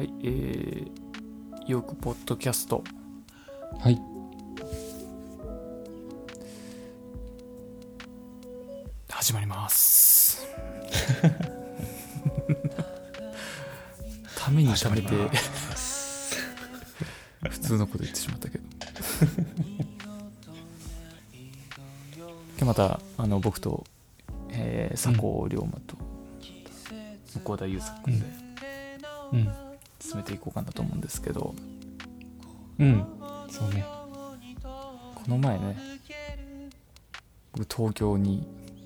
はい、よくポッドキャスト、 はい、 始まりますためにためて普通のこと言ってしまったけど今日また僕と、佐藤龍馬と向田優作君で進めていこうかなと思うんですけど、 そうね。 この前ね、僕東京に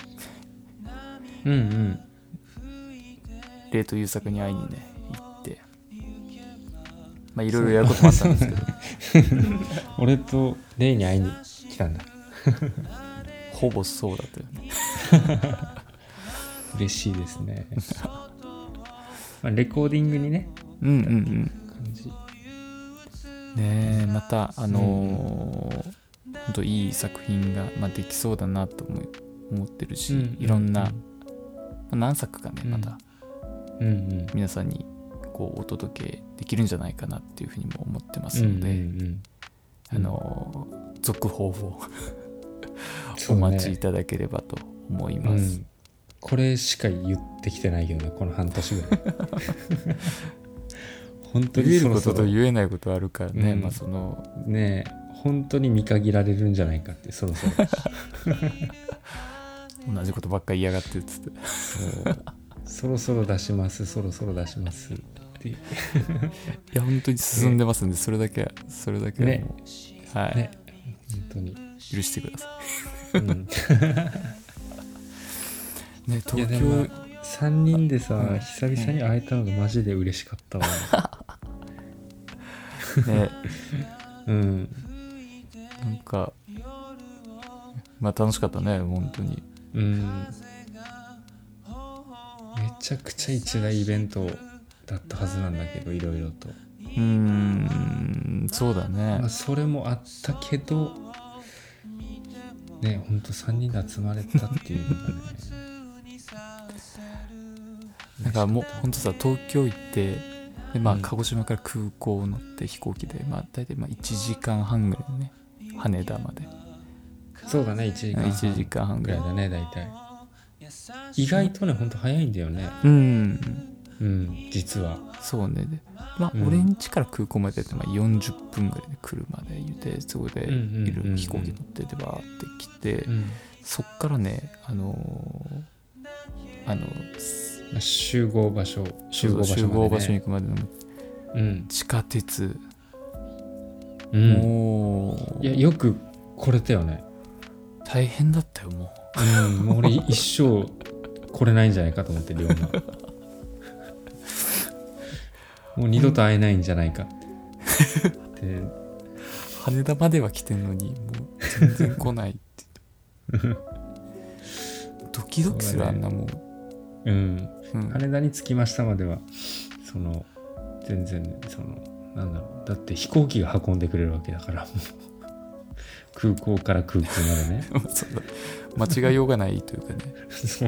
レイと優作に会いにね行って、まあいろいろやることもあったんですけど俺とレイに会いに来たんだほぼそうだったよね嬉しいですねまあレコーディングにね感じねえ、またほんといい作品が、できそうだなと思ってるし、いろんな、何作かねまた、皆さんにこうお届けできるんじゃないかなっていうふうにも思ってますので、続報をお待ちいただければと思います、 これしか言ってきてないよね、この半年ぐらい本当に言えることと言えないことあるからね、 ねえ本当に見限られるんじゃないかって、そろそろ同じことばっかり言いやがってっつってそろそろ出しますっていや本当に進んでますんで、それだけはもう、 ね、 はいね、本当に許してくださいね、東京いやでも3人でさ、久々に会えたのがマジで嬉しかったわねなんか楽しかったね本当に。 めちゃくちゃ一大イベントだったはずなんだけど、いろいろとそうだね、 それもあったけどね、ほんと3人で集まれたっていうのがねなんかもうほんとさ、東京行ってで、鹿児島から空港乗って飛行機で、大体1時間半ぐらいね、羽田まで。 そうだね、1時間半ぐらいだね、大体。意外とね、ほんと早いんだよね。実は。 そうね。で、俺ん家から空港までって40分ぐらいで車で行って、そこで飛行機乗ってでバーって来て、そっからね、 集合場所に行くまでの地下鉄、もういやよく来れたよね。 大変だったよもう。もう俺一生来れないんじゃないかと思って、龍馬もう二度と会えないんじゃないかってで羽田までは来てんのにもう全然来ないってドキドキする、あんなもん。 羽田に着きましたまでは全然なんだろう、だって飛行機が運んでくれるわけだから空港から空港までねそうだ、間違いようがないというかねそう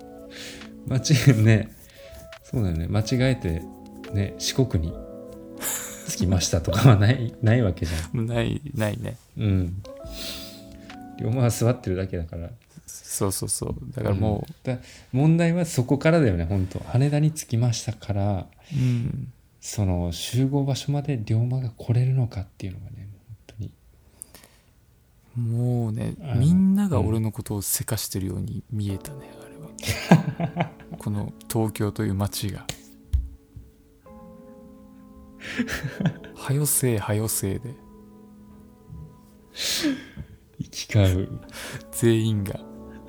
ね、そうだよね、間違えてね四国に着きましたとかはないわけじゃんないね。 龍馬は座ってるだけだから。 そうだからもう、 問題はそこからだよね。本当羽田に着きましたから、その集合場所まで龍馬が来れるのかっていうのがね、本当にもうね、みんなが俺のことをせかしてるように見えたね、あれはこの東京という街がはよせいで行き交う全員が。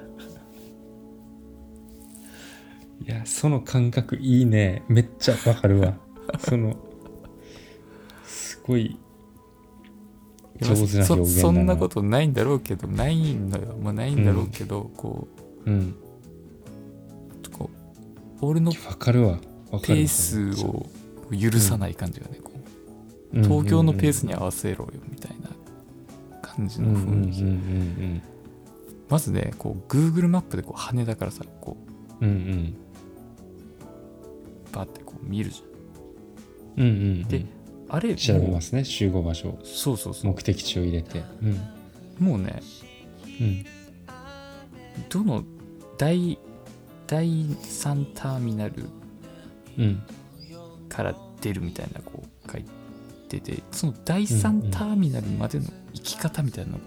いや、その感覚いいね。めっちゃわかるわすごい上手な表現だな。 そんなことないんだろうけど、ないんだろうけど、こう俺のペースを許さない感じがね、こう東京のペースに合わせろよみたいな感じの雰囲気。まずね、こう Google マップでこう羽田からさ、こうバーってこう見るじうんうん、 であれ調べますね、集合場所、 そうそうそう、 目的地を入れて、 もうね、どの第3ターミナルから出るみたいなこう書いてて、その第3ターミナルまでの行き方みたいなのが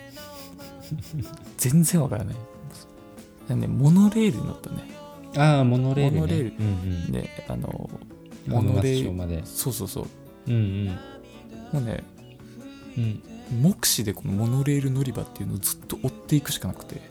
全然わからない。ね、モノレールに乗ったね。 ああ、モノレール、ね、 モノレール、でモノレールまで、 そうそうそう、もうね、目視でこのモノレール乗り場っていうのをずっと追っていくしかなくて、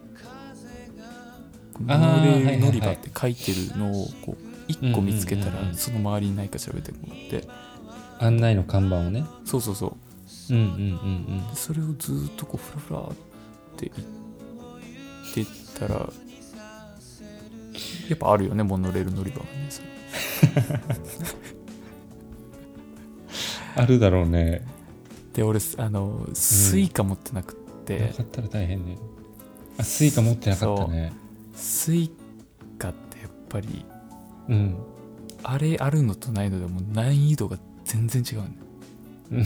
モノレール乗り場って書いてるのをこう1個見つけたらその周りにないか調べてもらって、 案内の看板をね、 そうそうそう、それをずっとこうフラフラって行ってたら、やっぱあるよね、モノレール乗り場がね。 あるだろうね。 で俺スイカ持ってなくって、 なかったら大変ね。あ、スイカ持ってなかったね。 スイカってやっぱり、あれあるのとないのでも難易度が全然違うね。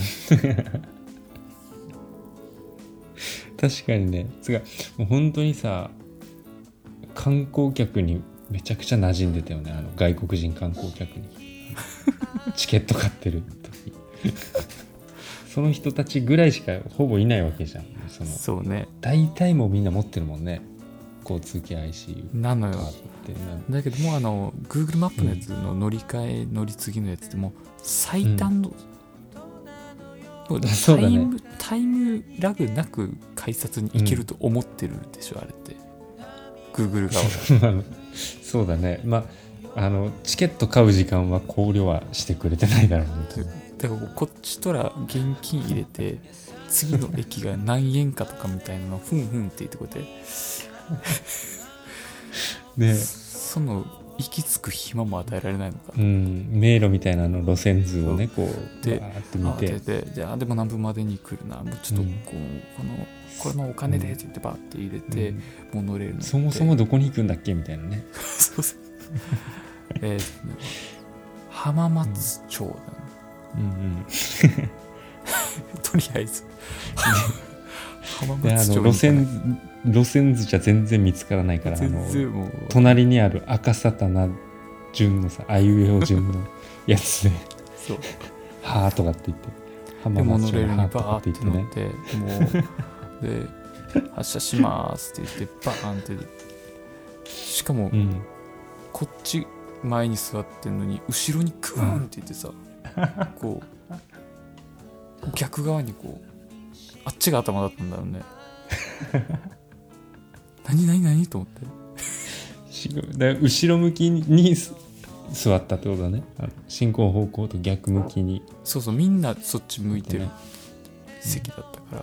確かにね。もう本当にさ、観光客にめちゃくちゃ馴染んでたよね、外国人観光客にチケット買ってる時その人たちぐらいしかほぼいないわけじゃん。 そうね、 大体もうみんな持ってるもんね、交通系 ICU なのよ。だけどもうGoogle マップのやつの乗り換え、乗り継ぎのやつってもう最短の、タイムラグなく改札に行けると思ってるでしょ、あれって Google 側がそうだね。チケット買う時間は考慮はしてくれてないだろうね。 だからこっちとら現金入れて次の駅が何円かとかみたいなのふんふんって言ってこうやってね、その行き着く暇も与えられないのか、 迷路みたいなの路線図をねこうでバーって見て、 でも何分までに来るな、もうちょっとこれのお金でって言ってバーって入れて、モノレール乗って、 そもそもどこに行くんだっけみたいなねそうそう浜松町だね、とりあえず浜松町路線図じゃ全然見つからないから、 もう隣にある赤さたな順のさ、あいうえお順のやつでそうはーとかって言って、 浜松町にバーって乗ってもうで発車しますって言ってバーンって、しかも、こっち前に座ってんのに後ろにグーンって言ってさ、こう逆側にこうあっちが頭だったんだろうね何と思ってだ後ろ向きに座ったってことだね。進行方向と逆向きに。 そうそう、みんなそっち向いてる席だったから、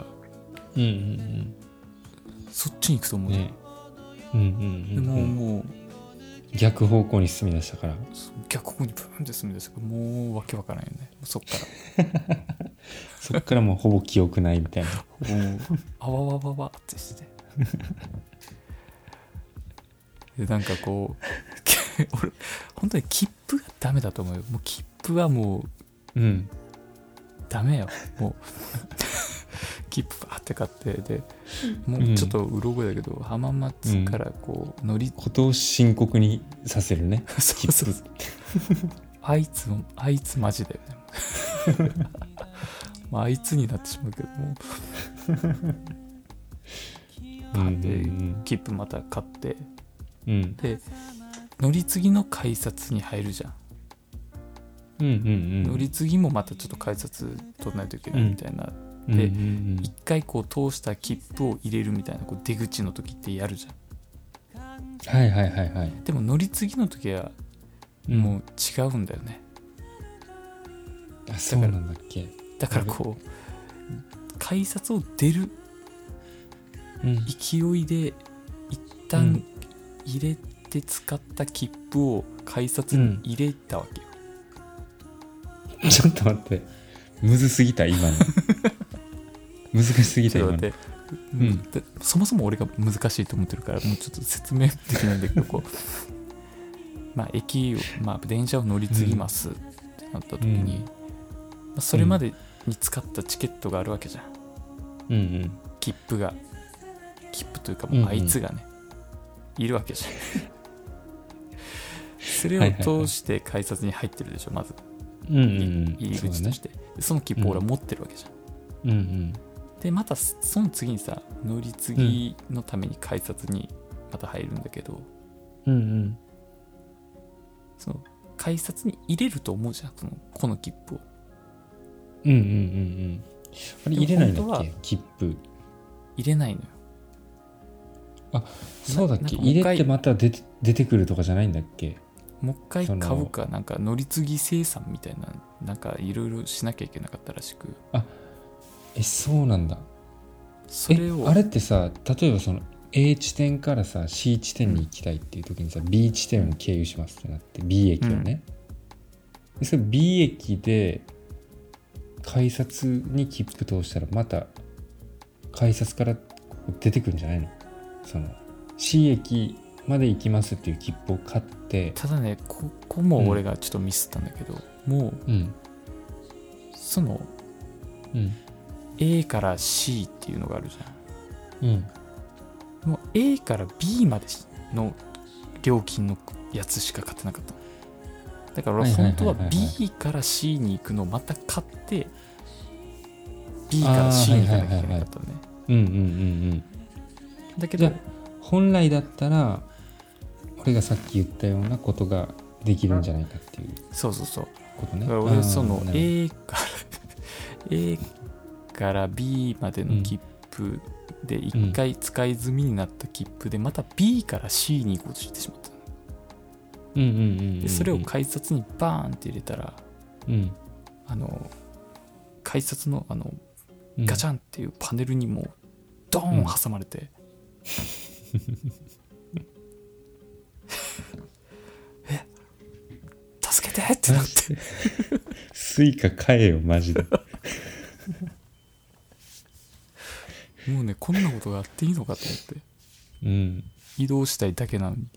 そっちに行くと思うね。でもう逆方向に進み出したから、 逆方向にブーンって進み出したから、もうわけわからんよね、そっからそっからもうほぼ記憶ないみたいなあわわわわってしてでなんかこう俺本当に切符がダメだと思うよ。もう切符はもう、ダメよもう切符バーって買って、でもうちょっとうろ覚えだけど、浜松からこう乗りことを深刻にさせるねそうそうそうあいつマジだよねまあ、あいつになってしまうけどもで切符また買って、で乗り継ぎの改札に入るじゃん、乗り継ぎもまたちょっと改札取らないといけないみたいな、で一回こう通した切符を入れるみたいな、こう出口の時ってやるじゃん。でも乗り継ぎの時はもう違うんだよね、 そうなんだっけ。 だからこう改札を出る勢いで一旦入れて使った切符を改札に入れたわけよ、 ちょっと待って、むずすぎた今の難しすぎた今の。 そもそも俺が難しいと思ってるからもうちょっと説明できないんだけどこうまあ駅を、電車を乗り継ぎますってなった時に、それまでに使ったチケットがあるわけじゃん、 うんうん、 切符というかもうあいつがね、いるわけじゃんそれを通して改札に入ってるでしょまず、入り口として その切符を俺は持ってるわけじゃん、でまたその次にさ乗り継ぎのために改札にまた入るんだけど、その改札に入れると思うじゃんこの切符を。 あれ入れないんだっけ切符。 入れないのよ。 あ、そうだっけ。入れてまた出てくるとかじゃないんだっけ。 もう一回買うかなんか乗り継ぎ生産みたいななんかいろいろしなきゃいけなかったらしく。 そうなんだ。 それをあれってさ、例えばその A 地点からさ C 地点に行きたいっていう時にさ、B 地点を経由しますってなって B 駅をね、でそれ B 駅で改札に切符通したらまた改札から出てくるんじゃないの？その C 駅まで行きますっていう切符を買って。 ただね、ここも俺がちょっとミスったんだけど、もう、その、A から C っていうのがあるじゃん。もう A から B までの料金のやつしか買ってなかった。だから俺本当は B から C に行くのをまた買って B から C に行かなきゃいけなかったね。だけど本来だったら俺がさっき言ったようなことができるんじゃないかっていうことね。 だから俺その A から B までの切符で一回使い済みになった切符でまた B から C に行こうとしてしまった。でそれを改札にバーンって入れたら、改札のガチャンっていうパネルにもうドーン挟まれて、助けてってなってスイカ買えよマジでもうねこんなことがあっていいのかと思って、移動したいだけなのに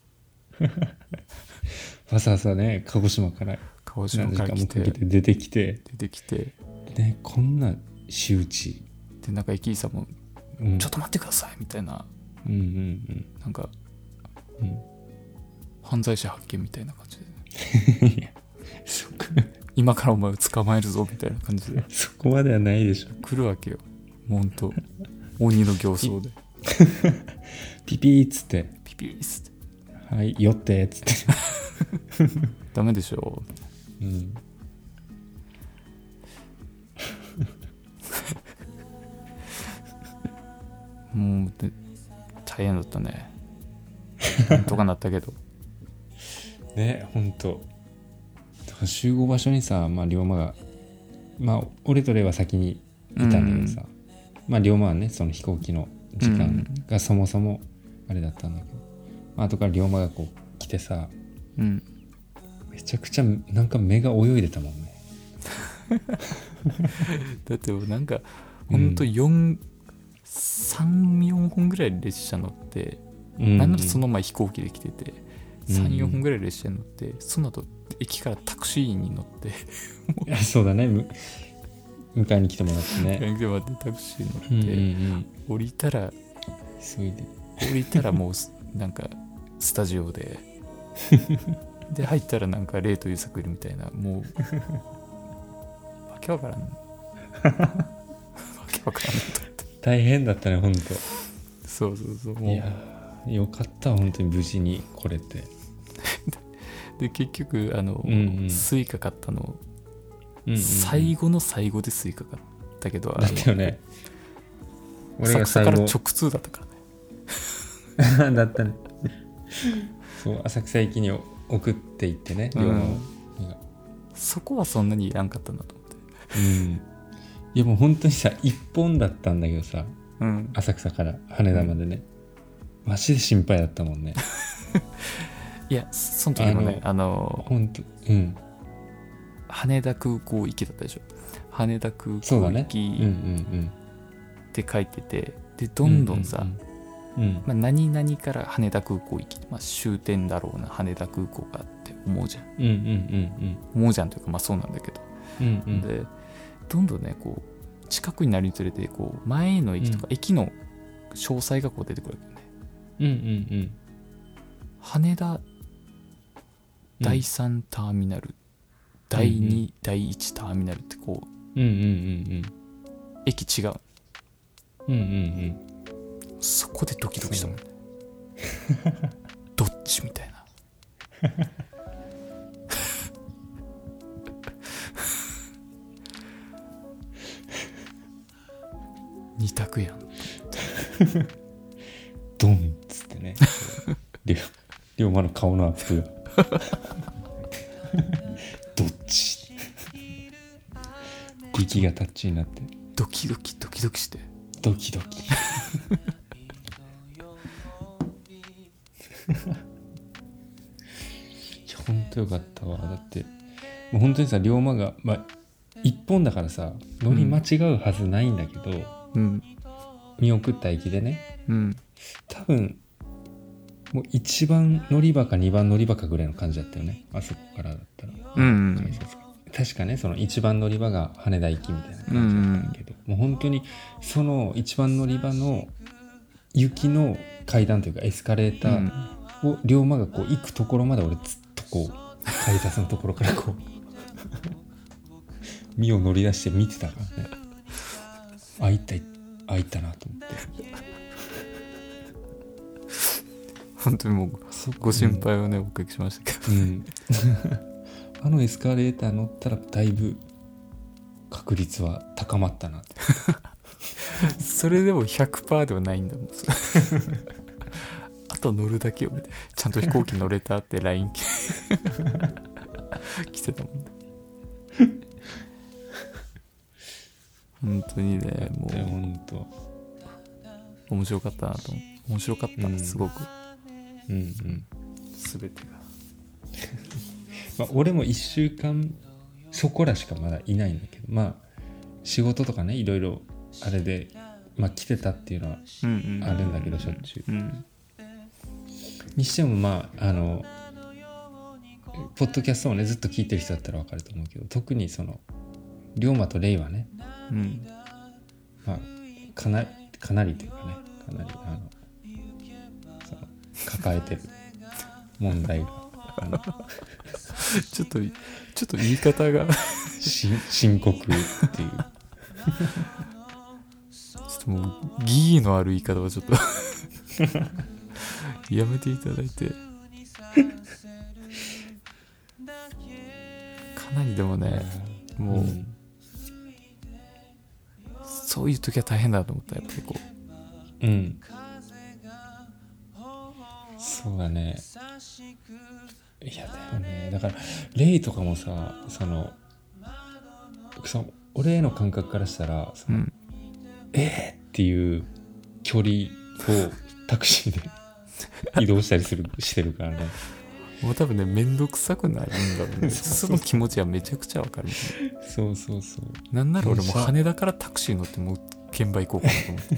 わざわざね鹿児島から何時間もかけて出てきてね、こんな仕打ちでなんか駅員さんも、ちょっと待ってくださいみたいな、なんか、犯罪者発見みたいな感じで、ね、今からお前を捕まえるぞみたいな感じでそこまではないでしょ。 来るわけよ。もうほんと鬼の形相でピピーっつってピピーっつってはい寄ってっつってダメでしょ。もう大変だったね。なんとかなったけどね、ほんと集合場所にさ、龍馬が俺とレイは先にいたんだけどさ、龍馬はねその飛行機の時間がそもそもあれだったんだけど、後から龍馬がこう来てさ、めちゃくちゃなんか目が泳いでたもんねだってなんかほんと3、4本ぐらい列車乗って、なんならその前飛行機で来てて3、4本ぐらい列車に乗って、その後駅からタクシーに乗ってそうだね、迎えに来てもらってねタクシーに乗って、降りたら急いで降りたらもうなんかスタジオでで入ったらなんかレイと優作いるみたいな、もうわけわからんわけわからんと思って大変だったねほんと。 そうもういやよかった本当に無事に来れてで結局スイカ買ったの、最後の最後でスイカ買ったけど、 だったよね。 俺が最後から直通だったからねだったねそう浅草駅に送っていってね、 そこはそんなにいらんかったんだと思って、 いやもう本当にさ一本だったんだけどさ、浅草から羽田までね、マジで心配だったもんねいやその時もね本当羽田空港行きだったでしょ。羽田空港行きって書いてて、でどんどんさ、 何々から羽田空港行き、終点だろうな羽田空港があって思うじゃん、思うじゃんというかそうなんだけど、でどんどんねこう近くになるにつれてこう前の駅とか駅の詳細がこう出てくるわけよね、羽田第3ターミナル、第2、第1ターミナルってこう、駅違う、そこでドキドキしたもんねどっちみたいな二択やんドンっつってね龍馬の顔のアップがどっち息がタッチになってドキドキしてドキドキほんとよかったわ。だってもう本当にさ龍馬が一本だからさ乗り間違うはずないんだけど、見送った駅でね、多分もう1番乗り場か2番乗り場かぐらいの感じだったよね、あそこからだったら、確かねその1番乗り場が羽田行きみたいな感じだったんだけど、もう本当にその1番乗り場の雪の階段というかエスカレーターを龍馬がこう行くところまで俺ずっとこう改札のところからこう身を乗り出して見てたからね、開いたなと思って本当にもうご心配をね、おかけしましたけど、 あのエスカレーター乗ったらだいぶ確率は高まったなそれでも 100% ではないんだもんあと乗るだけよみたいな、ちゃんと飛行機乗れたって LINE 来てたもんね本当にね、もう本当面白かったなと思う。面白かった、すごく全てが俺も1週間そこらしかまだいないんだけど、仕事とかねいろいろあれで、来てたっていうのはあるんだけど、しょっちゅう、にしてもポッドキャストをねずっと聞いてる人だったら分かると思うけど、特にその龍馬とレイはね、かなりというかね、かなりその抱えてる問題がちょっと言い方が深刻っていうちょっともう疑義のある言い方はちょっとやめていただいて、かなりでもね、もう、そういう時は大変だと思った。やっぱりこうそうだね。いやだよね。だからレイとかもさ、俺への感覚からしたらっていう距離をタクシーで移動したりしてるからね。 もう多分ね、めんどくさくないんだろうね。その気持ちはめちゃくちゃわかる、ね。 そう。 なんなら俺も羽田からタクシー乗ってもう現場行こうかなと思って。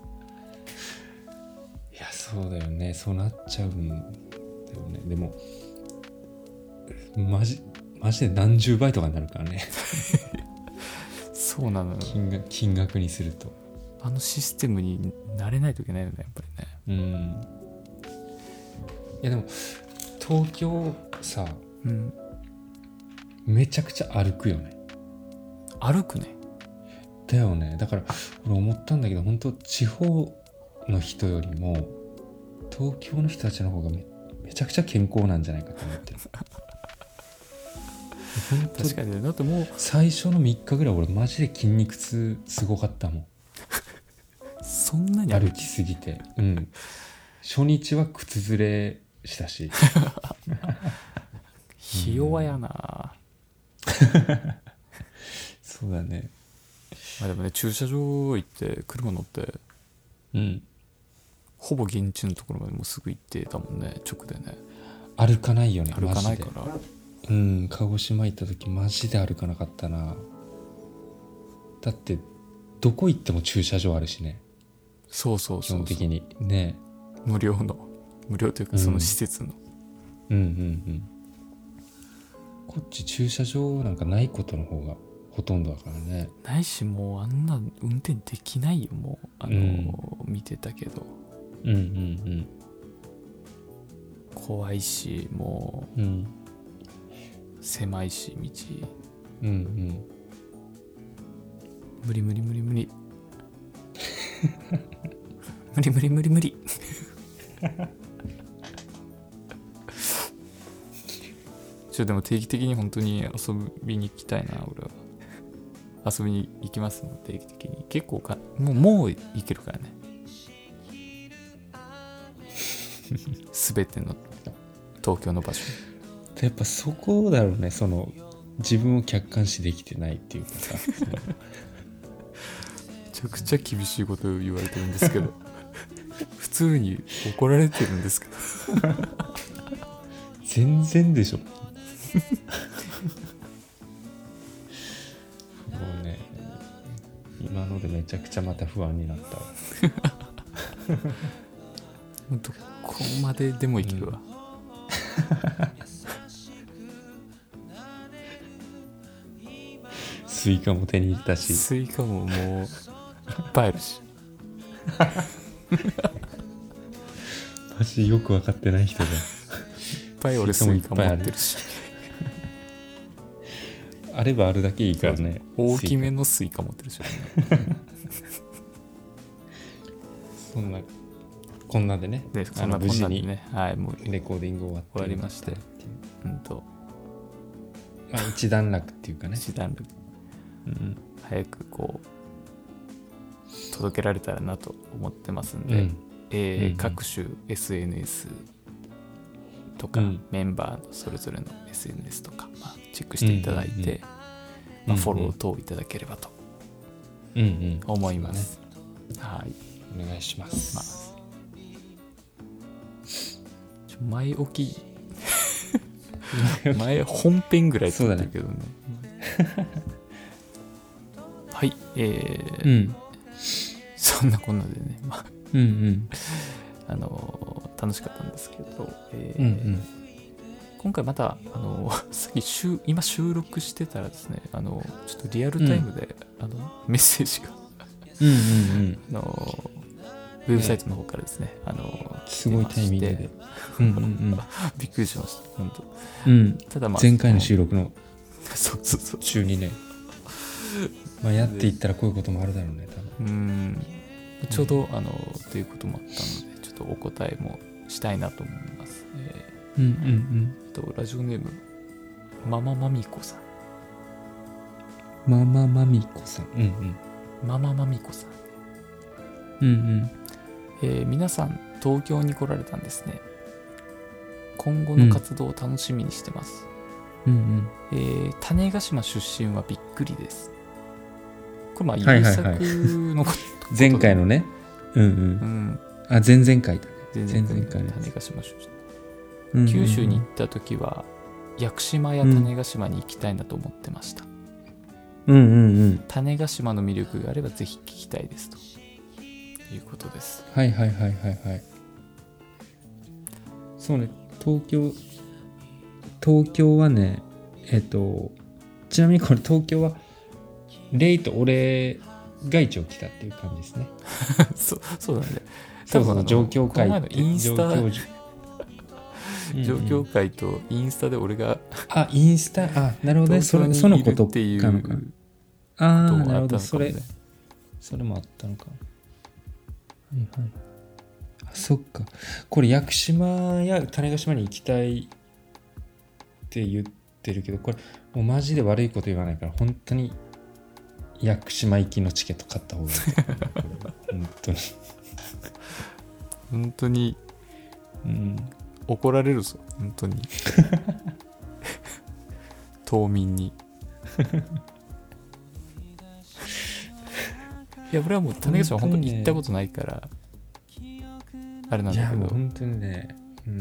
いや、そうだよね。そうなっちゃうんだよね。でもマジで何十倍とかになるからね。 そうなのよ。 金額にすると。 あのシステムに慣れないといけないよね、やっぱりね。 いやでも東京さ、めちゃくちゃ歩くよね。 歩くね。 だよね。だから俺思ったんだけど、本当地方の人よりも東京の人たちの方がめちゃくちゃ健康なんじゃないかと思ってる。 確かにね。だってもう最初の3日ぐらい俺マジで筋肉痛すごかったもん。 そんなに歩きすぎて。初日は靴ずれしたし。 ひ弱やな。 そうだね。 でもね、駐車場行って車乗って、ほぼ現地のところまでもうすぐ行ってたもんね、直でね。 歩かないよね。 歩かないから。 鹿児島行った時マジで歩かなかったな。だってどこ行っても駐車場あるしね。 そうそうそうそう、 基本的にね。 無料というかその施設の、 うんうんうん。こっち駐車場なんかないことの方がほとんどだからね。 ないし、もうあんな運転できないよ、もう見てたけど、 うんうん怖いし、もうん。うん。 う狭いし道、 うんうん。 無理無理無理無理無理無理無理無理でも定期的に本当に遊びに行きたいな。俺は遊びに行きますもん、定期的に。結構もう行けるからねすべての東京の場所やっぱそこだろうね、その自分を客観視できてないっていうかさめちゃくちゃ厳しいことを言われてるんですけど普通に怒られてるんですけど全然でしょもうね、今のでめちゃくちゃまた不安になったわどこまででもいけるわ、 スイカも手に入れたし、 スイカももういっぱいあるしマジよく分かってない人じゃんいっぱい俺スイカ持ってるしあればあるだけいいからね。 大きめのスイカ持ってるしそんなこんなでね、 そんなこんなでね、はい、もうレコーディング終終わりまして、 まあ一段落っていうかね、 一段落、 うん、 早くこう届けられたらなと思ってますんで、各種 SNS とか、メンバーのそれぞれの SNS とか、チェックしていただいて、フォロー等いただければと思います、はい、 お願いします、 前置き前本編ぐらい撮ったけどねはいそんなこんなでね、楽しかったんですけど、今回またさっき今収録してたらですね、ちょっとリアルタイムで、メッセージがウェブサイトの方からですね、 すごいタイミングでびっくりしました本当、ただ前回の収録のそう中にねやっていったらこういうこともあるだろうね、多分ちょうどということもあったので、ちょっとお答えもしたいなと思います。ラジオネームマママミコさん。 マママミコさん。 マママミコさん。皆さん東京に来られたんですね。今後の活動を楽しみにしてます。種子島出身はびっくりです。これ優作のこと、 前回のね、あ、前々回だね。 前々回の種子島出身。九州に行った時は屋久島や種子島に行きたいなと思ってました。種子島の魅力があればぜひ聞きたいですということです。 はい。そうね、東京はね、ちなみにこれ東京はレイと俺が一応来たっていう感じですね。 そうだね。 そう状況会この前のインスタ状況会とインスタで俺がインスタなるほどね、そのことかのか。なるほど、それもあったのか。そっか。これ屋久島や種子島に行きたいって言ってるけど、これもうマジで悪いこと言わないから、本当に屋久島行きのチケット買った方がいい。 本当に怒られるぞ本当に島民にいや俺はもう種子島本当に行ったことないからあれなんだけど、いやもう本当にね、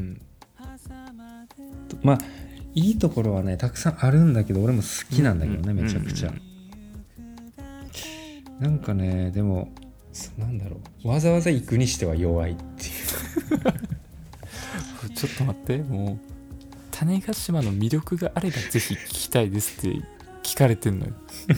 いいところはねたくさんあるんだけど、俺も好きなんだけどね、めちゃくちゃ、なんかね、でもなんだろう、わざわざ行くにしては弱いっていうちょっと待って、もう種子島の魅力があればぜひ聞きたいですって聞かれてんのよ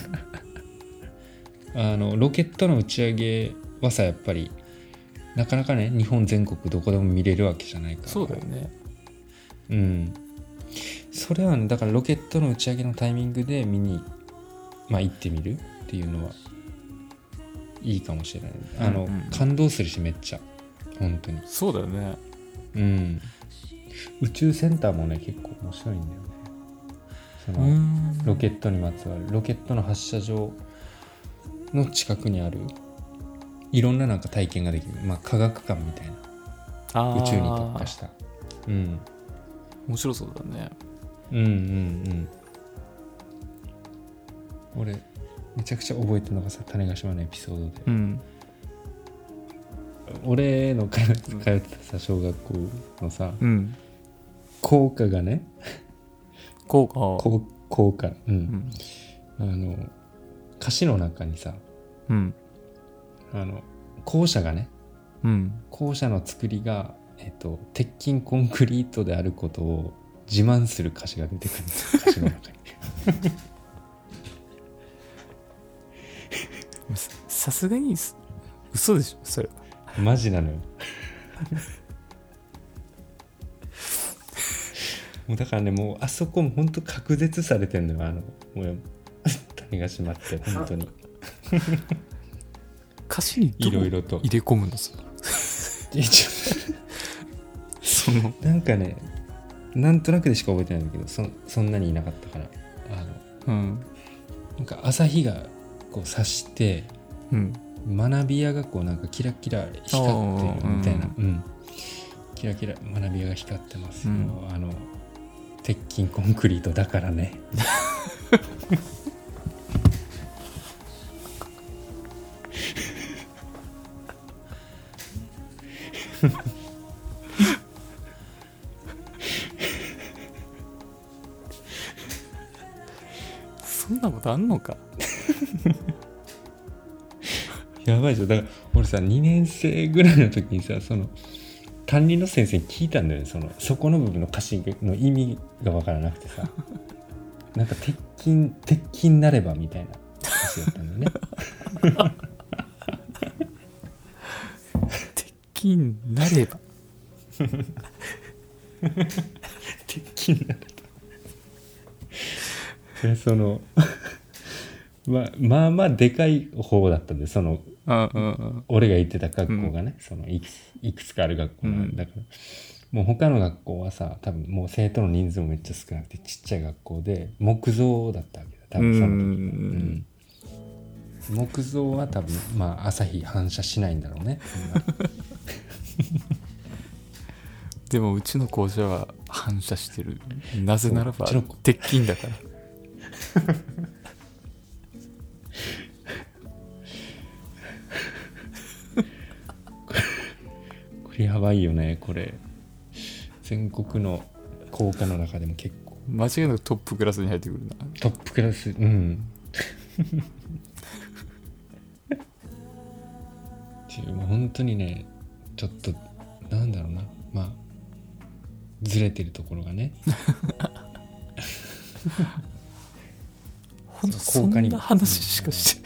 ロケットの打ち上げはさ、やっぱりなかなかね、日本全国どこでも見れるわけじゃないから。 そうだよね。 うん。それはね、だからロケットの打ち上げのタイミングで見に、まあ、行ってみるっていうのはいいかもしれない。感動するし、めっちゃ本当に。 そうだよね。 うん。宇宙センターもね、結構面白いんだよね。そのロケットにまつわる、ロケットの発射場の近くにあるいろんななんか体験ができる、まあ、科学館みたいな、宇宙に特化した、うん、 面白そうだね。 うんうんうん。俺めちゃくちゃ覚えてるのがさ、種子島のエピソードで、 うん、 俺の通ってたさ、小学校のさ、 うん、 校歌がね、 校歌、うん、歌詞の中にさ、 うん、 校舎がね、 うん、 校舎の作りが、鉄筋コンクリートであることを自慢する歌詞が出てくるんですよ、歌詞の中にさすがに嘘でしょそれは。 マジなのよもうだからね、もうあそこも本当隔絶されてんのよ、もう種子島って本当に歌詞にいろいろと入れ込むのさそのなんかね、なんとなくでしか覚えてないんだけど、そんなにいなかったから、なんか朝日がこう差して、学び屋がこうなんかキラキラ光ってるみたいな、キラキラ学び屋が光ってますよ、鉄筋コンクリートだからねそんなことあんのかやばいじゃん。だから俺さ、2年生ぐらいの時にさ、その担任の先生に聞いたんだよね、そこの部分の歌詞の意味が分からなくてさなんか鉄筋なればみたいな歌詞だったんだよね鉄筋なれば鉄筋なればでまあでかい方だったんで、俺が行ってた学校がね、いくつかある学校なんだから、もう他の学校はさ、多分もう生徒の人数もめっちゃ少なくてちっちゃい学校で木造だったわけだ、多分その時、木造は多分まあ朝日反射しないんだろうねでもうちの校舎は反射してる。なぜならば鉄筋だからこれやばいよね。これ全国の校歌の中でも結構間違いなくトップクラスに入ってくるな。 トップクラス、うんっていう、もう本当にね、ちょっとなんだろうな、まあずれてるところがねほんとそんな話しかして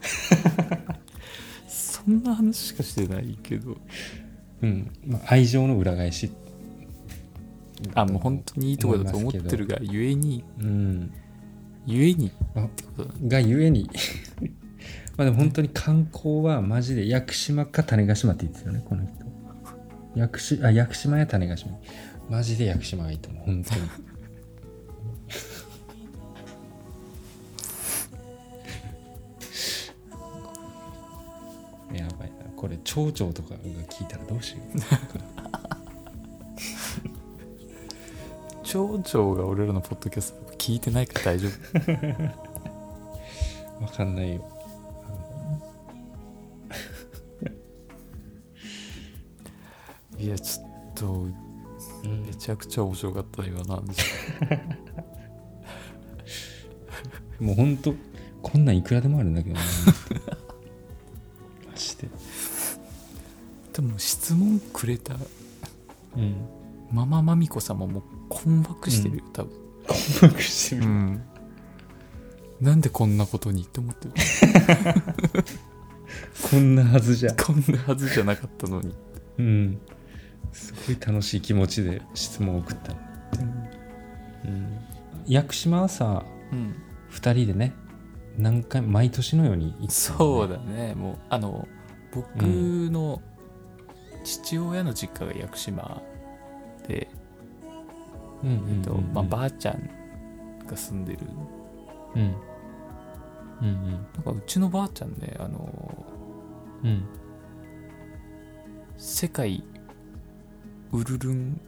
そんな話しかしてないけど、 まあ、愛情の裏返し、 もう本当にいいところだと思ってるがゆえに、ゆえにってことだ、 がゆえにまあでも本当に観光はマジで屋久島か種子島って言ってたよね、この人。屋久島や種子島、マジで屋久島がいいと思う、本当にやばいな、これ町長とかが聞いたらどうしよう町長が俺らのポッドキャスト聞いてないから大丈夫わかんないよいやちょっとめちゃくちゃ面白かった今なんですもうほんとこんなんいくらでもあるんだけどねマジで多分質問くれたうんマママミコ様も困惑してるよ、多分。 困惑してる、 なんでこんなことにって思ってる。 こんなはずじゃこんなはずじゃなかったのに。 すごい楽しい気持ちで質問を送ったの、屋久島はさ、2人でね何回毎年のように行ってた、ね、 そうだね。もう僕の父親の実家が屋久島で、ばあちゃんが住んでる、なんかうちのばあちゃんね、世界ウルルン、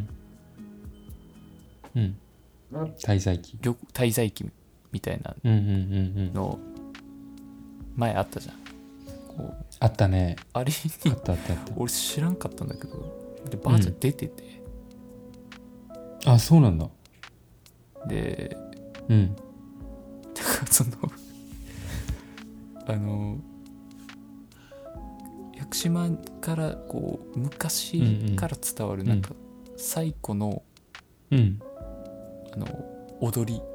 滞在期みたいなの前あったじゃん。こうあったね。 あれにあった俺知らんかったんだけど、でばあちゃん出てて、 あ、そうなんだ。 で、だから屋久島からこう昔から伝わるなんか最古の、踊り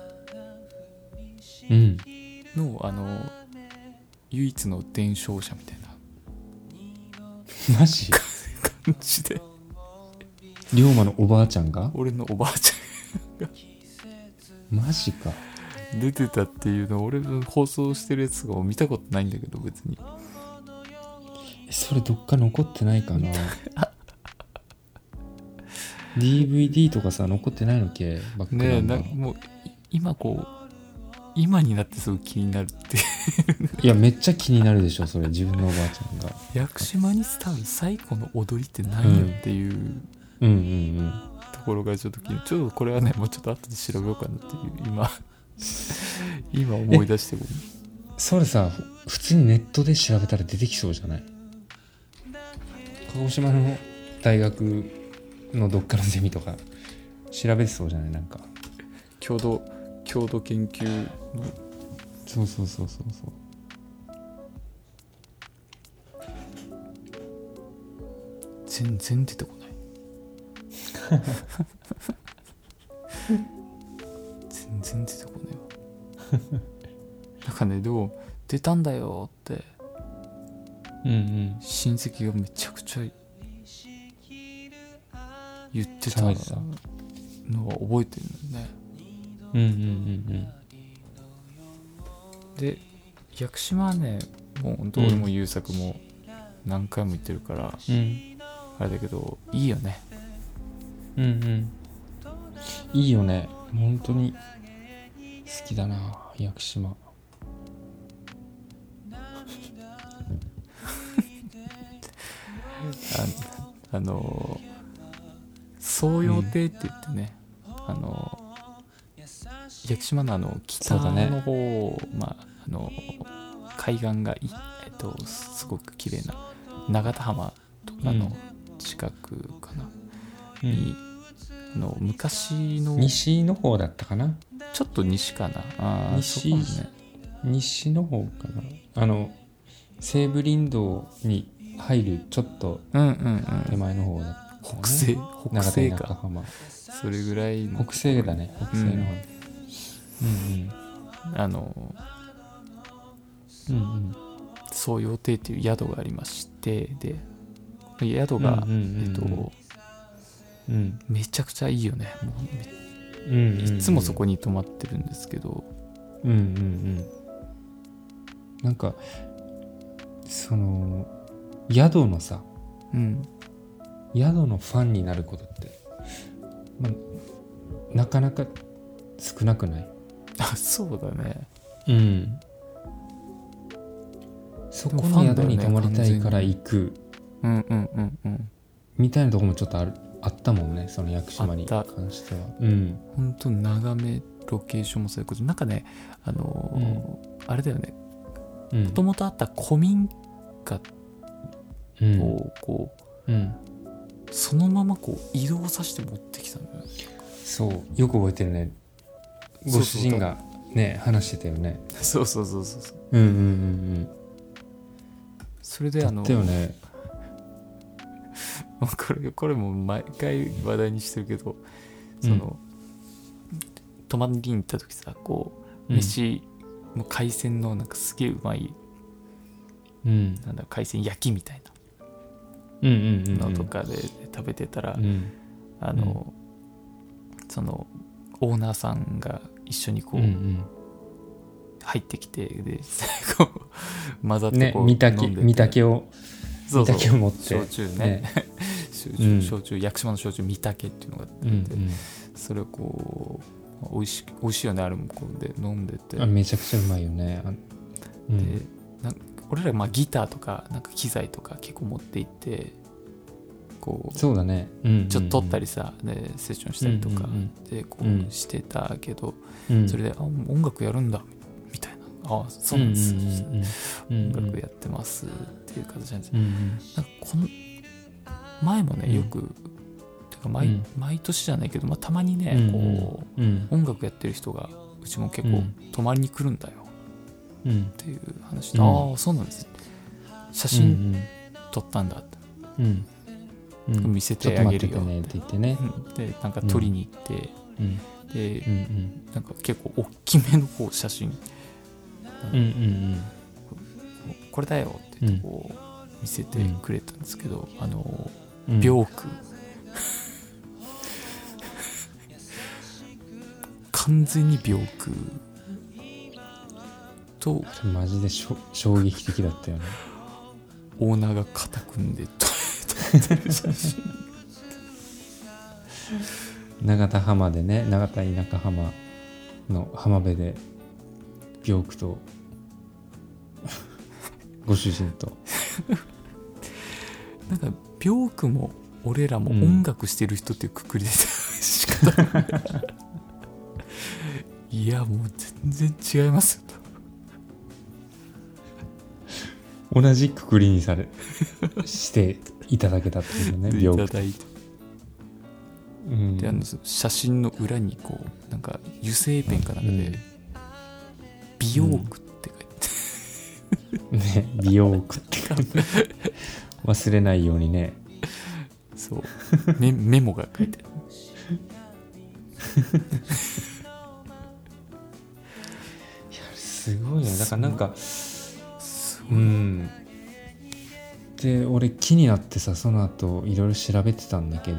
の唯一の伝承者みたいなマジ感じで、 龍馬のおばあちゃんが俺のおばあちゃんがマジか出てたっていうのを俺の放送してるやつが見たことないんだけど、別にそれどっか残ってないかなDVD とかさ残ってないのけバックナンバーねえ、もう今になってすごい気になるっていやめっちゃ気になるでしょそれ、自分のおばあちゃんが屋久島に伝わる最古の踊りって何よっていう、ところがちょっとちょっとこれはねもうちょっと後で調べようかなっていう今思い出してもそれさ普通にネットで調べたら出てきそうじゃない？鹿児島の大学のどっかのゼミとか調べてそうじゃない？なんか郷土研究のそう全然出てこない全然出てこないわなんかね、でも出たんだよって親戚がめちゃくちゃ言ってたのは覚えてるんだよね。で屋久島はね、もう本当俺も優作も何回も言ってるから、あれだけどいいよね。 いいよね、本当に好きだな屋久島宗陽亭って言ってね、屋久島の北の方、海岸がすごく綺麗な長田浜とかの近くかな、に昔の西の方だったかな、 ちょっと西かな、 西ね、 西の方かな、西武林道に入るちょっと手前の方だった、ね、 北西か、 長浜それぐらいの北西だね、北西の方、 宗陽亭っていう宿がありまして、で宿がめちゃくちゃいいよね。もういつもそこに泊まってるんですけど、 なんかその宿のさ、宿のファンになることって、なかなか少なくない？ そうだね。 そこの宿に泊まりたいから行くみたいなところもちょっとあったもんね、その屋久島に関しては。 本当眺めロケーションもそういうこと、なんかね、あれだよね、もともとあった古民家をこう、そのままこう移動させて持ってきたのよ。 そう、よく覚えてるね。ご主人がね話してたよね。 そう。それでだったよね。 これも毎回話題にしてるけど、その、泊まりに行った時さ、こう飯、もう海鮮のなんかすげえうまい、なんだ海鮮焼きみたいなのとかで食べてたら、そのオーナーさんが一緒にこう、入ってきて、でこう混ざってこう、 ね、御嶽を持って焼酎ね焼酎、屋久島の焼酎御嶽っていうのがあって、それをこう美味しいよね、あれもこうで飲んでて、 めちゃくちゃうまいよね。 で俺らギターとかなんか機材とか結構持って行って、こうそうだね、 ちょっと撮ったりさ、でセッションしたりとかでこうしてたけど、それで音楽やるんだみたいな、そうなんです、音楽やってますっていう形なんです。なんかこの前もね、よくてか毎年じゃないけど、たまにね、こう音楽やってる人がうちも結構泊まりに来るんだよっていう話で、そうなんです、写真撮ったんだって、見せてあげるよって言ってね、でなんか撮りに行って、でなんか結構大きめのこう写真、これだよって言ってこう見せてくれたんですけど、病句完全に病句と、 マジで衝撃的だったよね。 オーナーが肩組んで撮ってる写真長田浜でね、長田田舎浜の浜辺で病句とご主人となんか病句も俺らも音楽してる人っていうくくりでしかいやもう全然違いますよと同じくくりにしていただけたっていうね、病句いただいて、で写真の裏にこうなんか油性ペンかなんかで、美容句って書いて、 ね、美容句って忘れないようにね、 そうメモが書いてあるいやすごいね。だからなんかで俺気になってさ、その後いろいろ調べてたんだけど、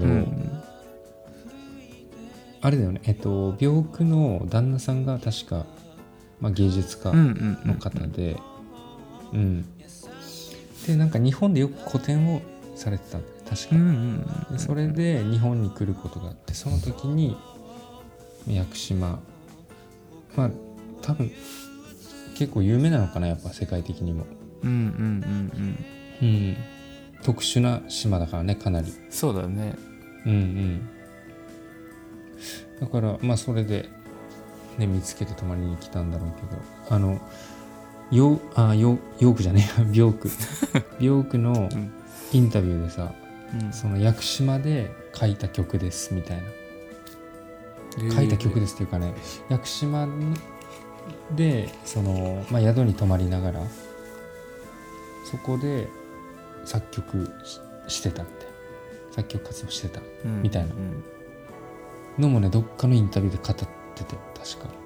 あれだよね、病句の旦那さんが確か、芸術家の方で、でなんか日本でよく個展をされてたんだよ確か、でそれで日本に来ることがあって、その時に屋久島、多分結構有名なのかな、やっぱ世界的にも、特殊な島だからね、かなり。 そうだね。 だからそれでね見つけて泊まりに来たんだろうけど、ヨークじゃねえ病句病句のインタビューでさ、その屋久島で書いた曲ですみたいな、書いた曲ですっていうかね、屋久島でその、宿に泊まりながらそこで作曲してたって、作曲活動してたみたいなのもね、どっかのインタビューで語ってて、確か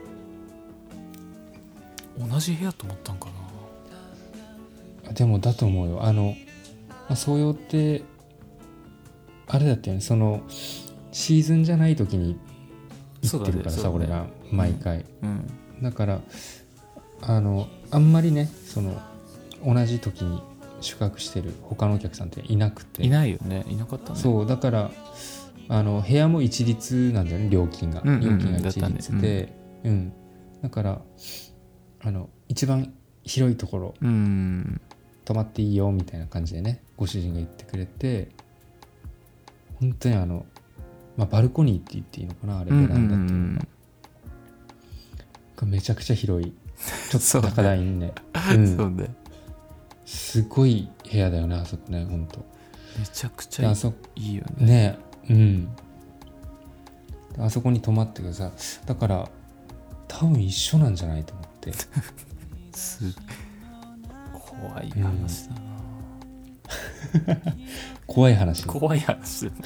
同じ部屋と思ったんかな。 でもだと思うよ。そうよってあれだったよね、そのシーズンじゃない時に行ってるからさ、俺ら毎回、だからあんまりね、その同じ時に宿泊してる他のお客さんっていなくて、 いないよね、いなかったね。 そうだから部屋も一律なんだよね、料金が一律で、だから一番広いところ、泊まっていいよみたいな感じでね、ご主人が言ってくれて、本当にバルコニーって言っていいのかな、あれベランダっていうのがめちゃくちゃ広い、ちょっと高台にねそうね、 すごい部屋だよね、あそこね、本当めちゃくちゃいいよね。あそこに泊まってください。だから多分一緒なんじゃないと思って怖い話だな、 怖い話。 怖い話だね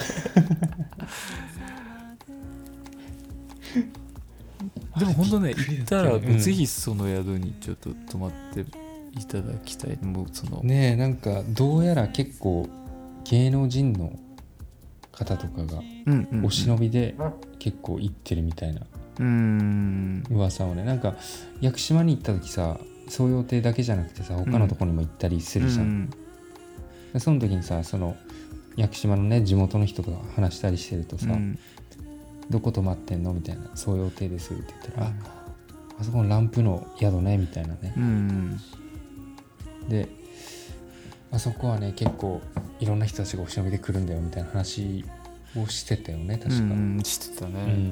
でも本当ね行ったらぜひその宿にちょっと泊まっていただきたい。もうそのねえ、なんかどうやら結構芸能人の方とかがお忍びで結構行ってるみたいな噂をね、なんか屋久島に行った時さ、そういう予定だけじゃなくてさ、他のところにも行ったりするじゃん、でその時にさ、その屋久島のね地元の人と話したりしてるとさ、どこ泊まってんのみたいな、そういう予定ですって言ったら、あそこのランプの宿ねみたいなね、であそこはね結構いろんな人たちがお忍びで来るんだよみたいな話をしてたよね、確か、 してたね、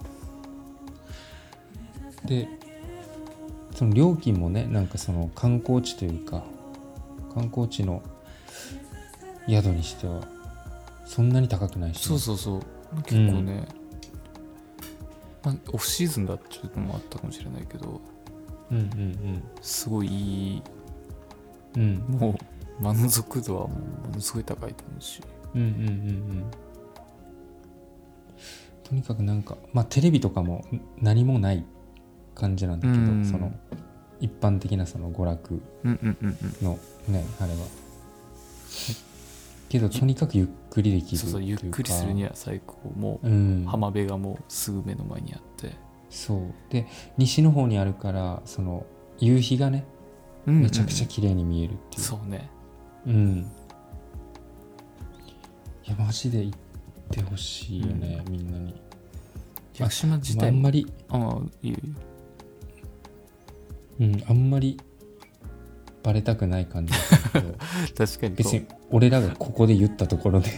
でその料金もね、なんかその観光地というか観光地の宿にしてはそんなに高くないし、 ね、そう結構ね、オフシーズンだっていうのもあったかもしれないけど、すごいいい、もう満足度はものすごい高いと思うし、 とにかくなんかテレビとかも何もない感じなんだけど、その一般的なその娯楽のね、あれはけどとにかくゆっくりできるっていうか、 ゆっくりするには最高。もう、浜辺がもうすぐ目の前にあって、 そうで西の方にあるから、その夕日がね、めちゃくちゃ綺麗に見えるっていう。 そうね。 いやマジで行ってほしいよね、みんなに。 屋久島自体あんまりいいよ。 あんまりバレたくない感じだけど確かに別に俺らがここで言ったところで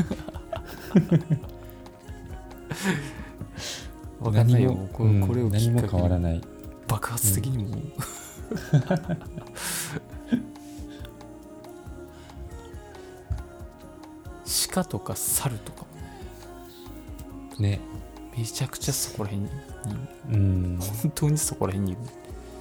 分かんないよ、これを何も変わらない、 爆発的にも、鹿とか猿とかもね、めちゃくちゃそこら辺に、本当にそこら辺にいる。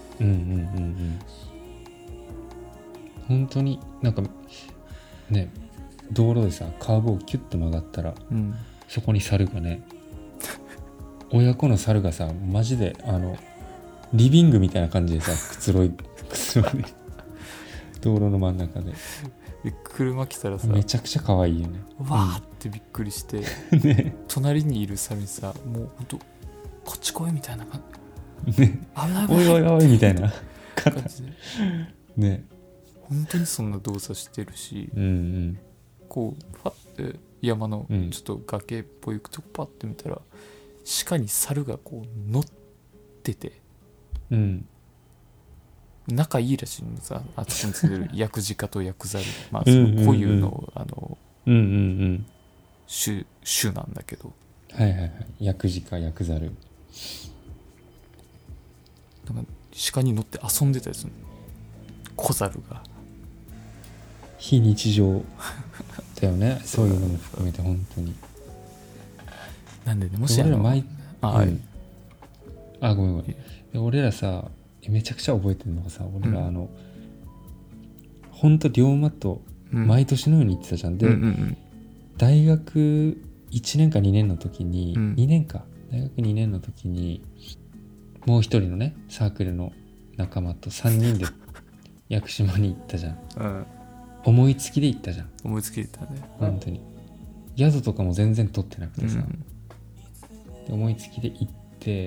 本当になんかね、道路でさカーブをキュッと曲がったら、そこに猿がね親子の猿がさ、マジでリビングみたいな感じでさくつろい道路の真ん中で車来たらさ、 めちゃくちゃ可愛いよね。 わーってびっくりして、ね、隣にいる猿にさ、もうほんとこっち来いみたいな感じ、ね、危ないおいおいおいみたいな感じでね、 本当にそんな動作してるし、こうパッて山のちょっと崖っぽいとこパッて見たら、鹿に猿がこう乗ってて、仲いいらしいのさ、あそこに住んでるヤクジカとヤクザル、その固有の種なんだけど、 ヤクジカヤクザル、 なんか鹿に乗って遊んでたりするの、小猿が。 非日常だよねそういうのも含めて本当に。 なんでね、もし俺らごめんん、 俺らさめちゃくちゃ覚えてるのがさ、俺ら本当龍馬と毎年のように行ってたじゃん。で、大学1年か2年の時に、大学2年の時にもう一人のねサークルの仲間と3人で屋久島に行ったじゃん、思いつきで行ったじゃん。 思いつきで行ったね、 本当に宿とかも全然取ってなくてさ、で思いつきで行って、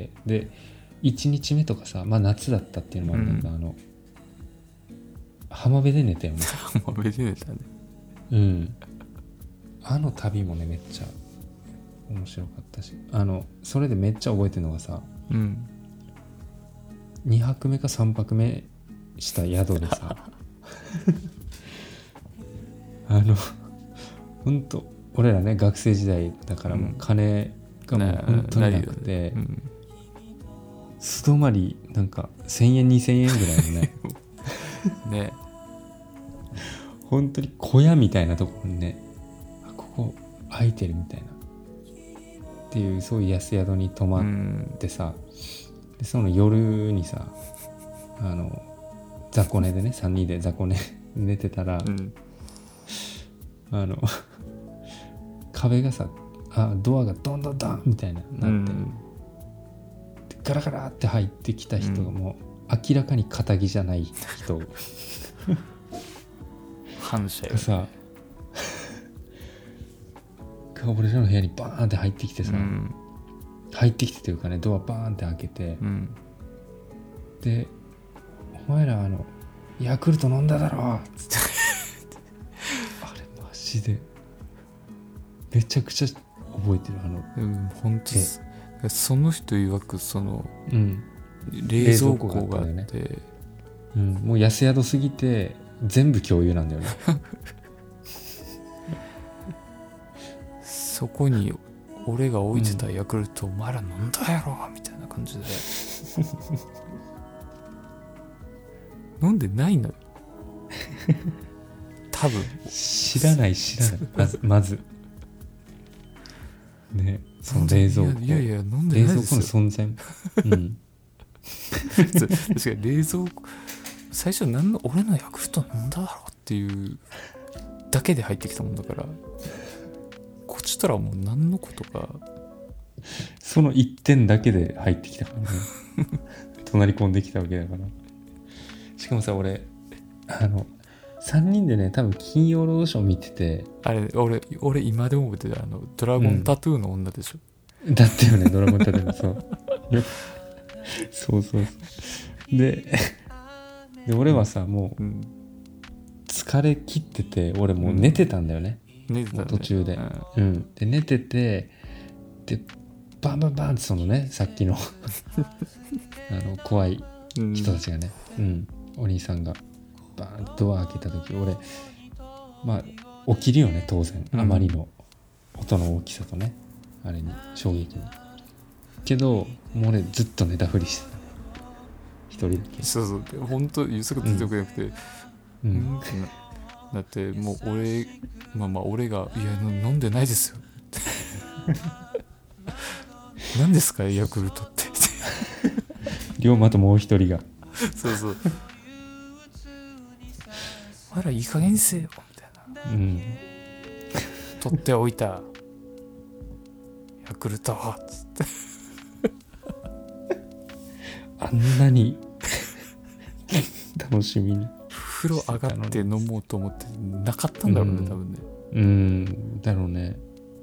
で1日目とかさ、夏だったっていうのもあるんだけど、浜辺で寝たよね。 浜辺で寝たね。 あの旅もねめっちゃ面白かったし、それでめっちゃ覚えてるのがさ、2泊目か3泊目した宿でさほんと俺らね学生時代だからもう金がもう本当になくて、素泊まりなんか1000円2000円ぐらいのねね、 本当に小屋みたいなところにね、ここ空いてるみたいなっていう、そういう安宿に泊まってさ、でその夜にさ雑魚寝でね3人で雑魚寝寝てたら、 壁がさドアがドンドンドンみたいななって、うん、ガラガラって入ってきた人がもう明らかに堅気じゃない人反射よさ俺らの部屋にバーンって入ってきてさ、うん、入ってきてというかねドアバーンって開けて、うん、でお前らヤクルト飲んだだろあれマジでめちゃくちゃ覚えてる本当ですその人曰くうん、冷蔵庫があって、 うん、もう安宿すぎて全部共有なんだよねそこに俺が置いてたヤクルト、お前ら飲んだやろみたいな感じで飲んでないのよ多分知らないまずねその冷蔵庫いや飲んでないですよ冷蔵庫の存在うん確かに冷蔵庫最初俺のヤクルト飲んだだろっていうだけで入ってきたもんだからこっちとらもう何のことかその1点だけで入ってきたからね隣込んできたわけだからしかもさ俺3人でね多分金曜ロードショー見ててあれ俺今でも覚えてるドラゴンタトゥーの女でしょ、 うん、だったよねドラゴンタトゥーのそうで俺はさもう疲れ切ってて俺もう寝てたんだよね、 寝てたね途中で、うん、で寝ててでバンバンバンってそのねさっきの怖い人たちがね、うん、お兄さんがバーンとドア開けた時俺まあ起きるよね当然、あまりの音の大きさとねあれに衝撃にけどもう俺ずっと寝たふりしてた一人だけそう本当優作出てこなくてだってもう俺がいや飲んでないですよ何ですかヤクルトって龍馬ともう一人がそうあらいい加減にせよみたいな、うん、取っておいたヤクルトつってあんなに楽しみに風呂上がって飲もうと思ってなかったんだろうね、多分ねだろうね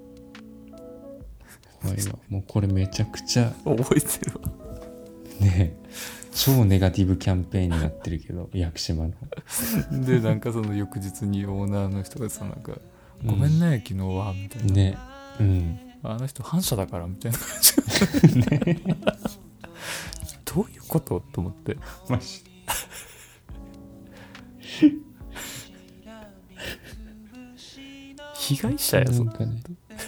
怖いわもうこれめちゃくちゃ覚えてるわねえ超ネガティブキャンペーンになってるけど屋久島のでなんかその翌日にオーナーの人がさなんか、ごめんね昨日はみたいなねあの人反社だからみたいな感じねどういうことと思ってマジ被害者やぞなんかね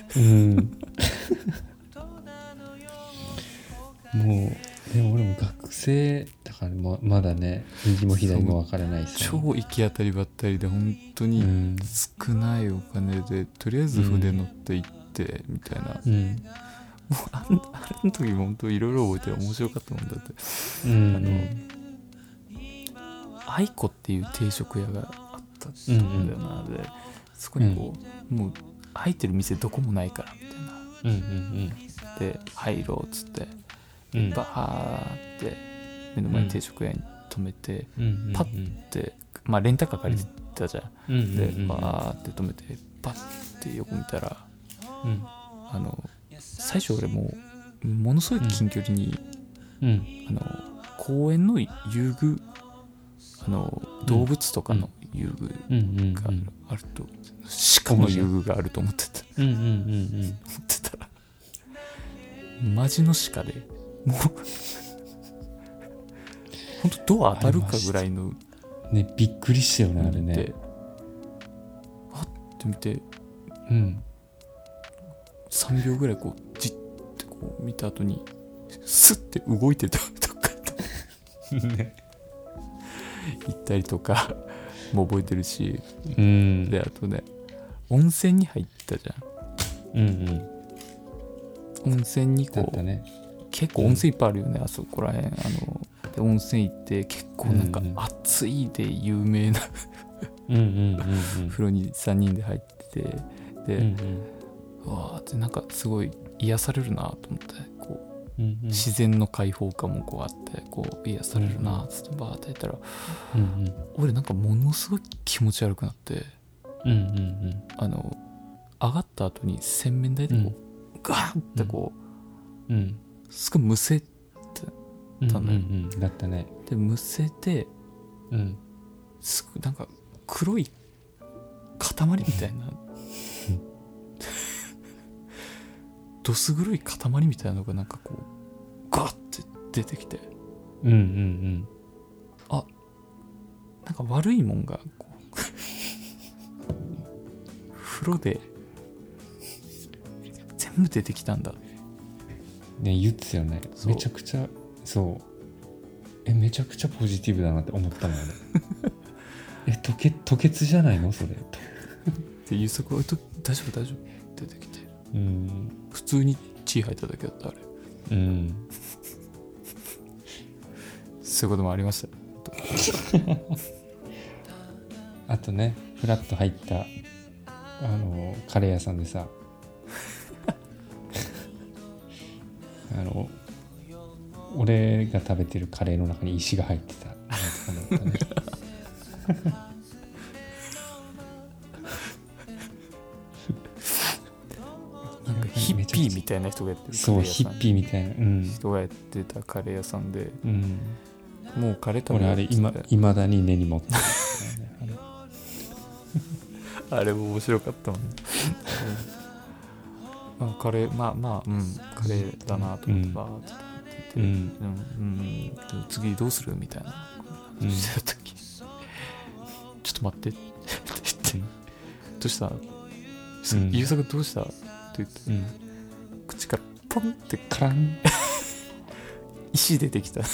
もうでも俺も学生だからまだね右も左も分からないし、 超行き当たりばったりで本当に少ないお金で、とりあえず船乗って行ってみたいな、もうあれの時も本当いろいろ覚えて面白かったもんだって、愛子っていう定食屋があったんだよな、でそこにこう、もう入ってる店どこもないからみたいな、で入ろうっつってバーって目の前に定食屋に止めて、パッてまあレンタカー借りてたじゃん、でバーって止めてパッて横見たら、最初俺ものすごい近距離に、公園の遊具動物とかの遊具があると、鹿の遊具があると思ってた、思ってたらマジの鹿でもうほんとドア当たるかぐらいのね、びっくりしたよねあれね。 はって見て、3秒ぐらいこうじってこう見た後にスッて動いてたとかね行ったりとかも覚えてるし、であとね温泉に入ったじゃん、温泉にこう、結構温泉いっぱいあるよね、あそこらへん。で温泉行って結構なんか暑いで有名な風呂に3人で入ってて、で、うわーってなんかすごい癒されるなと思って、こう、自然の開放感もこうあってこう癒されるなつってバーってやったら、俺なんかものすごい気持ち悪くなって、上がった後に洗面台でこう、ガーってこう、すごいむせてたのよ、 だったね。 でむせて、なんか黒い塊みたいなどす黒い塊みたいなのがなんかこうガーって出てきて、あ、なんか悪いもんがこう風呂で全部出てきたんだね、言ってたよね。めちゃくちゃめちゃくちゃポジティブだなって思ったのよね吐血じゃないのそれで優作は大丈夫出てきて、普通に血入っただけだったあれ。そういうこともありましたあとね、フラッと入ったカレー屋さんでさ俺が食べてるカレーの中に石が入ってたなんとか思ったねなんかヒッピーみたいな人がやってるカレー屋さん、 そうヒッピーみたいな、 人がやってたカレー屋さんで、もうカレー食べ俺あれいまだに根に持ってるあれも面白かったもんカレーカレーだなと思ってバーって言って、次どうするみたいなしてた時、ちょっと待ってって言って、どうした優作どうしたって言って、口からポンってカラン石出てきた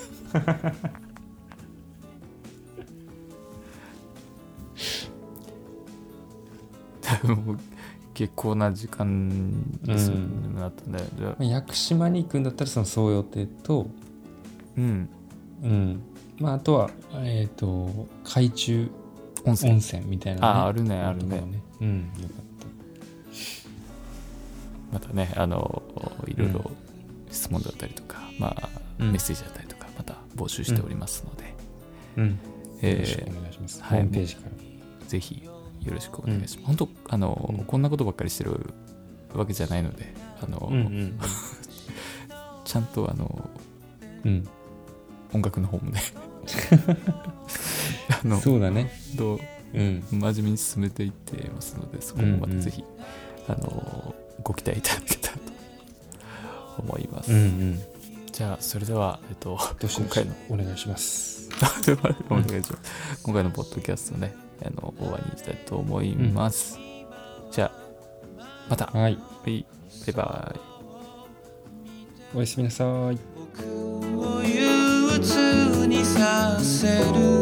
もう結構な時間ですよね、なったね。 屋久島に行くんだったらその総予定と、あとは海中温泉みたいな、ね、 あるね。よかった。またねいろいろ質問だったりとか、メッセージだったりとかまた募集しておりますので、 よろしくお願いします。ホームページからぜひよろしくお願いします。本当こんなことばっかりしてるわけじゃないので、ちゃんと音楽の方もねそうだね、 真面目に進めていってますので、そこもまたぜひ、ご期待いただけたらと思います。じゃあそれでは、今回のお願いしますお願いします。今回のポッドキャストね、終わりにしたいと思います。じゃあまた、バイバイ。 おやすみなさい。 僕を憂鬱にさせる